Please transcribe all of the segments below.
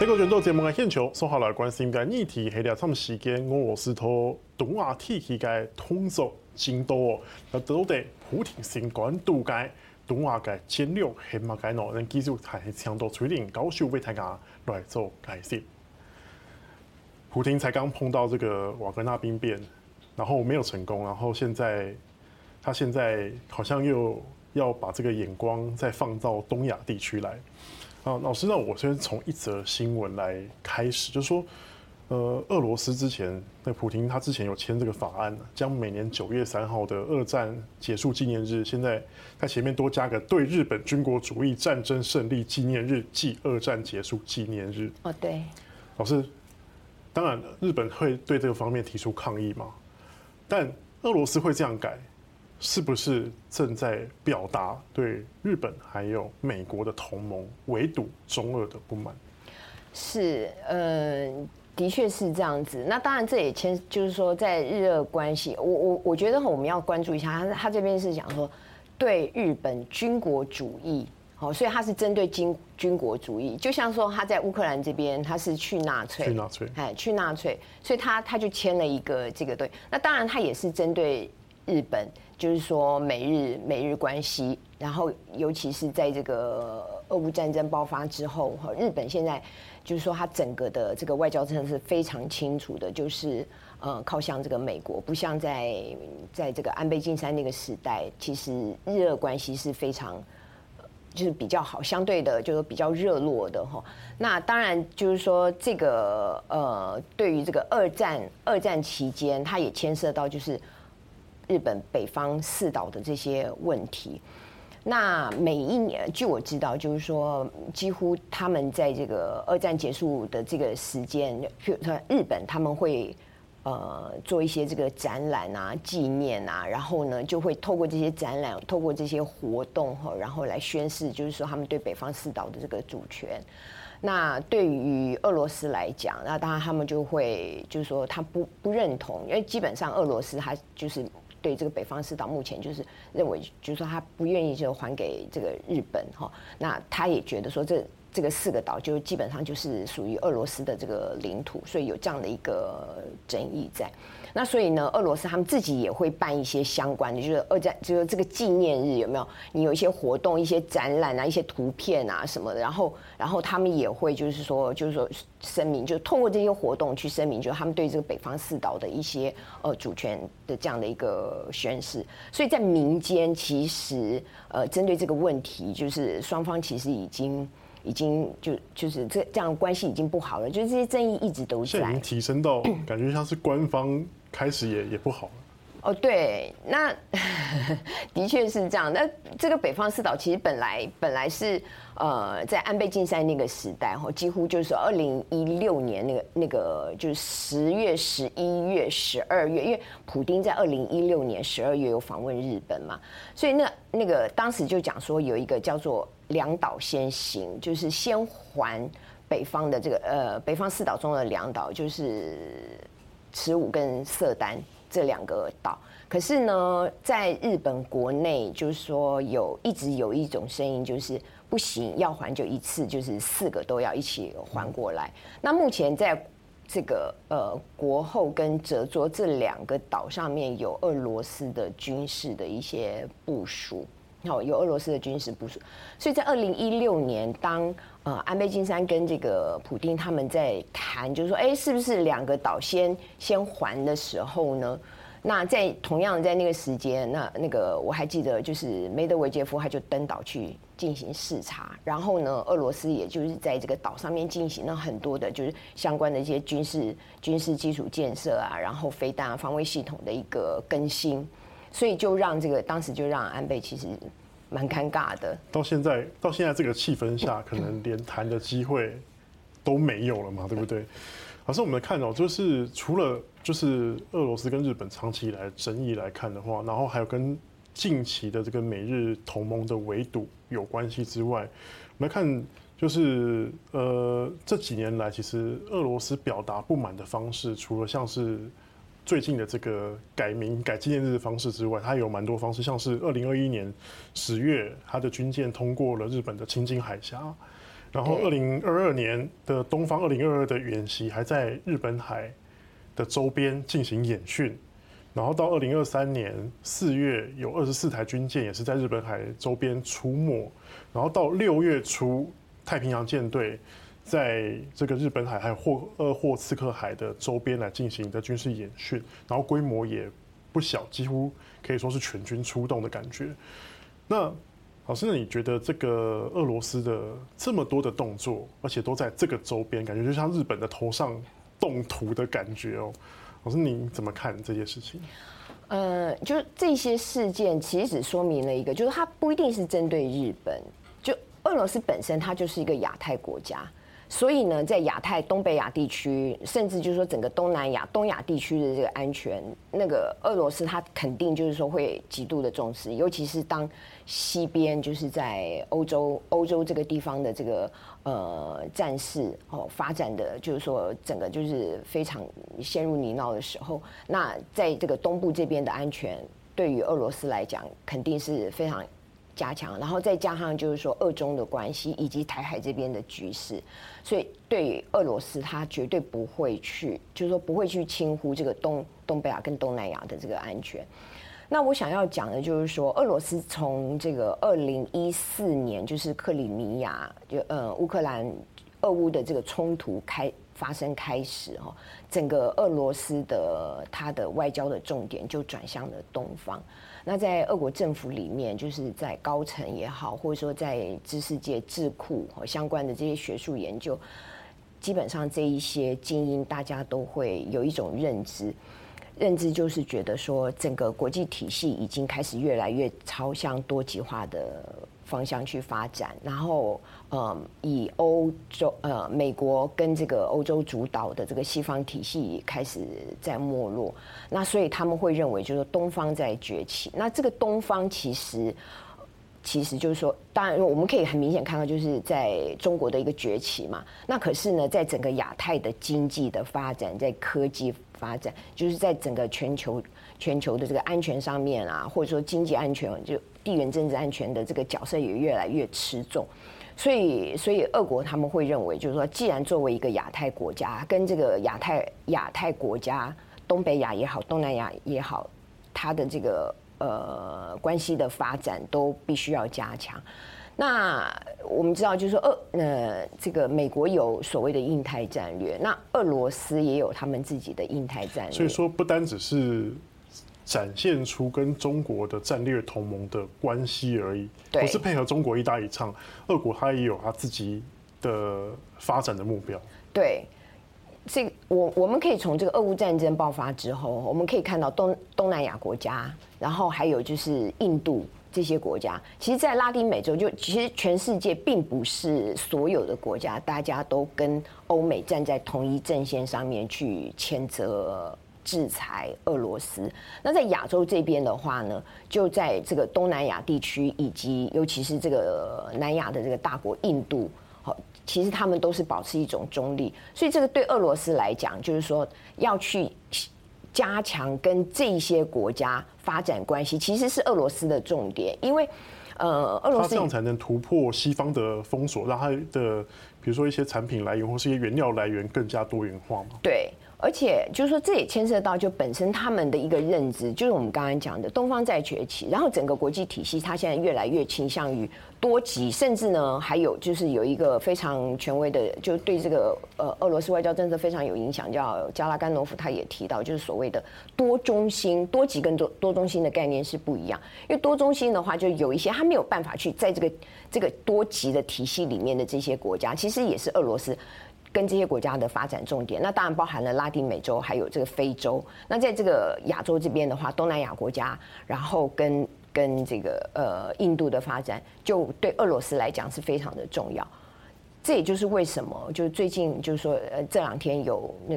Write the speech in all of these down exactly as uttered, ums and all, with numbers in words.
呢個轉到節目嘅現場，所下來關心嘅議題係兩場時間俄羅斯同東亞地區嘅通作進度，那到底普廷新冠度嘅東亞嘅戰略係乜嘅呢？能繼續係強到水靈高手為大家來做解釋。普廷才剛碰到這個瓦格納兵變，然後沒有成功，然後現在他現在好像又要把這個眼光再放到東亞地區來。啊，老師，那我先從一則新聞來開始，就是說，呃，俄羅斯之前，那普廷他之前有簽這個法案，將每年九月三號的二戰結束紀念日，現在在前面多加個對日本軍國主義戰爭勝利紀念日暨二戰結束紀念日。 哦，對。 老師，當然日本會對這個方面提出抗議嘛，但俄羅斯會這樣改，是不是正在表達對日本還有美國的同盟圍堵中俄的不滿？ 是，呃，的確是這樣子。那當然，這也牽，就是說，在日俄關係，我我我覺得我們要關注一下，他他這邊是講說對日本軍國主義，好，所以他是針對軍軍國主義，就像說他在烏克蘭這邊，他是去納粹， 去納粹， 哎，去納粹，所以他他就簽了一個這個對。那當然，他也是針對日本。就是說美日美日關係，然後尤其是在這個俄烏戰爭爆發之後，日本現在就是說它整個的這個外交政策是非常清楚的，就是呃靠向這個美國，不像在在這個安倍晉三那個時代，其實日俄關係是非常就是比較好，相對的就是比較熱絡的哈。那當然就是說這個呃對於這個二戰二戰期間，它也牽涉到就是。日本北方四島的這些問題，那每一年，據我知道，就是說，幾乎他們在這個二戰結束的這個時間，譬如說日本他們會呃做一些這個展覽啊、紀念啊，然後呢就會透過這些展覽、透過這些活動哈，然後來宣示，就是說他們對北方四島的這個主權。那對於俄羅斯來講，那當然他們就會就是說他不不認同，因為基本上俄羅斯他就是。對這個北方四島，目前就是認為，就是說他不願意就還給這個日本哈。那他也覺得說這這個四個島就基本上就是屬於俄羅斯的這個領土，所以有這樣的一個爭議在。那所以呢，俄羅斯他們自己也會辦一些相關的，就是二戰，就是這個紀念日有沒有？你有一些活動、一些展覽啊、一些圖片啊什麼的，然後，然後他們也會就是說，就是說聲明，就通過這些活動去聲明，就是他們對這個北方四島的一些呃主權的這樣的一個宣示。所以在民間其實呃針對這個問題，就是雙方其實已經。已經就就是這這樣關係已經不好了，就是這些爭議一直都在。 現在已經提升到感覺像是官方開始也也不好了。 哦，對，那的確是這樣。那這個北方四島其實本來本來是呃在安倍晉三那個時代哈，幾乎就是二零一六年那個那個就是十月、十一月、十二月，因為普丁在二零一六年十二月有訪問日本嘛，所以那那個當時就講說有一個叫做兩島先行，就是先還北方的這個呃北方四島中的兩島，就是慈武跟色丹。這兩個島，可是呢，在日本國內，就是說有一直有一種聲音，就是不行，要還就一次，就是四個都要一起還過來。那目前在這個呃國後跟哲桌這兩個島上面有俄羅斯的軍事的一些部署，好，有俄羅斯的軍事部署，所以在二零一六年，當呃安倍晉三跟這個普丁他們在談，就是說，哎，是不是兩個島先先還的時候呢？那在同樣在那個時間，那那個我還記得，就是梅德韋傑夫他就登島去進行視察，然後呢，俄羅斯也就是在這個島上面進行了很多的，就是相關的一些軍事軍事基礎建設啊，然後飛彈、啊、防衛系統的一個更新。所以就讓這個當時就讓安倍其實蠻尷尬的。到現在到現在這個氣氛下，可能連談的機會都沒有了嘛，對不對？老師，我們看到就是除了就是俄羅斯跟日本長期以來的爭議來看的話，然後還有跟近期的這個美日同盟的圍堵有關係之外，我們來看就是呃這幾年來，其實俄羅斯表達不滿的方式，除了像是最近的這個改名改紀念日的方式之外，它有蠻多方式，像是二零二一年十月，它的軍艦通過了日本的青津海峽， 然后二零二二年的东方二零二二的演习还在日本海的周边进行演训，然后到二零二三年四月有二十四台军舰也是在日本海周边出没，然后到六月初太平洋舰队在这个日本海还有霍鄂霍次克海的周边来进行的军事演训，然后规模也不小，几乎可以说是全军出动的感觉。那老师，你觉得这个俄罗斯的这么多的动作，而且都在这个周边，感觉就像日本的头上动土的感觉哦？老师，你怎么看这些事情？ 呃，就是这些事件其实只说明了一个，就是它不一定是针对日本，就俄罗斯本身它就是一个亚太国家。所以呢，在亚太、东北亚地区，甚至就是说整个东南亚、东亚地区的这个安全，那个俄罗斯它肯定就是说会极度的重视，尤其是当西边就是在欧洲、欧洲这个地方的这个呃战事哦发展的，就是说整个就是非常陷入泥淖的时候，那在这个东部这边的安全，对于俄罗斯来讲，肯定是非常加强，然后再加上就是说俄中的关系以及台海这边的局势，所以对于俄罗斯，它绝对不会去，就是说不会去轻忽这个东东北亚跟东南亚的这个安全。那我想要讲的就是说，俄罗斯从这个二零一四年就是克里米亚就呃乌克兰俄乌的这个冲突开发生开始哈，整个俄罗斯的它的外交的重点就转向了东方。那在俄国政府里面，就是在高层也好，或者说在知识界智库和相关的这些学术研究，基本上这一些精英大家都会有一种认知，认知就是觉得说，整个国际体系已经开始越来越朝向多极化的方向去发展，然后呃，以欧洲呃美国跟这个欧洲主导的这个西方体系开始在没落，那所以他们会认为就是东方在崛起。那这个东方其实其实就是说，当然我们可以很明显看到，就是在中国的一个崛起嘛。那可是呢，在整个亚太的经济的发展，在科技发展，就是在整个全球全球的这个安全上面啊，或者说经济安全就地缘政治安全的这个角色也越来越吃重，所以，所以俄国他们会认为，就是说，既然作为一个亚太国家，跟这个亚太亚太国家，东北亚也好，东南亚也好，它的这个呃关系的发展都必须要加强。那我们知道，就是说，俄呃这个美国有所谓的印太战略，那俄罗斯也有他们自己的印太战略。 所以说，不单只是展现出跟中国的战略同盟的关系而已，不是配合中国一搭一唱。俄国它也有它自己的发展的目标。 对，这个我我们可以从这个俄乌战争爆发之后，我们可以看到东东南亚国家，然后还有就是印度这些国家，其实，在拉丁美洲就其实全世界并不是所有的国家大家都跟欧美站在同一阵线上面去谴责制裁俄罗斯。那在亚洲这边的话呢，就在这个东南亚地区，以及尤其是这个南亚的这个大国印度，好，其实他们都是保持一种中立。所以这个对俄罗斯来讲，就是说要去加强跟这些国家发展关系，其实是俄罗斯的重点，因为呃，俄罗斯它这样才能突破西方的封锁，让它的比如说一些产品来源或是一些原料来源更加多元化嘛。 对。而且就是说，这也牵涉到就本身他们的一个认知，就是我们刚刚讲的东方在崛起，然后整个国际体系它现在越来越倾向于多极，甚至呢还有就是有一个非常权威的，就对这个呃俄罗斯外交政策非常有影响，叫加拉甘诺夫，他也提到，就是所谓的多中心、多极跟多多中心的概念是不一样，因为多中心的话，就有一些他没有办法去在这个这个多极的体系里面的这些国家，其实也是俄罗斯跟这些国家的发展重点，那当然包含了拉丁美洲，还有这个非洲。那在这个亚洲这边的话，东南亚国家，然后跟跟这个呃印度的发展，就对俄罗斯来讲是非常的重要。这也就是为什么，就是最近就是说，呃，这两天有那个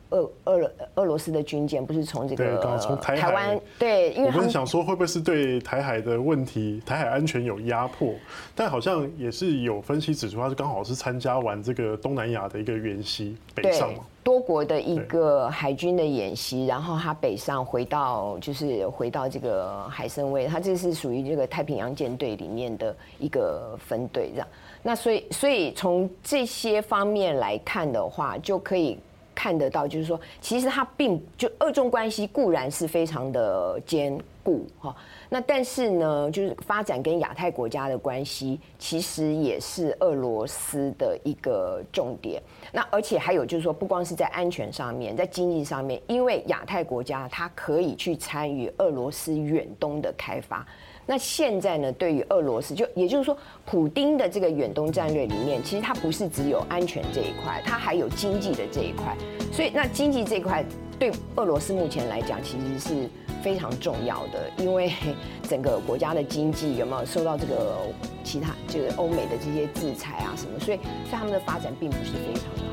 俄俄俄罗斯的军舰不是从这个从台台湾对，因为我们想说会不会是对台海的问题、台海安全有压迫，但好像也是有分析指出，他是刚好是参加完这个东南亚的一个演习北上嘛。 多国的一个海军的演习，然后他北上回到就是回到这个海参崴，他这是属于这个太平洋舰队里面的一个分队这样。那所以所以从这些方面来看的话，就可以看得到，就是说，其实它并就俄中关系固然是非常的坚固哈，那但是呢，就是发展跟亚太国家的关系，其实也是俄罗斯的一个重点。那而且还有就是说，不光是在安全上面，在经济上面，因为亚太国家它可以去参与俄罗斯远东的开发。那现在呢，对于俄罗斯，就也就是说，普丁的这个远东战略里面，其实它不是只有安全这一块，它还有经济的这一块。所以，那经济这一块对俄罗斯目前来讲，其实是非常重要的，因为整个国家的经济有没有受到这个其他就是欧美的这些制裁啊什么，所以所以他们的发展并不是非常的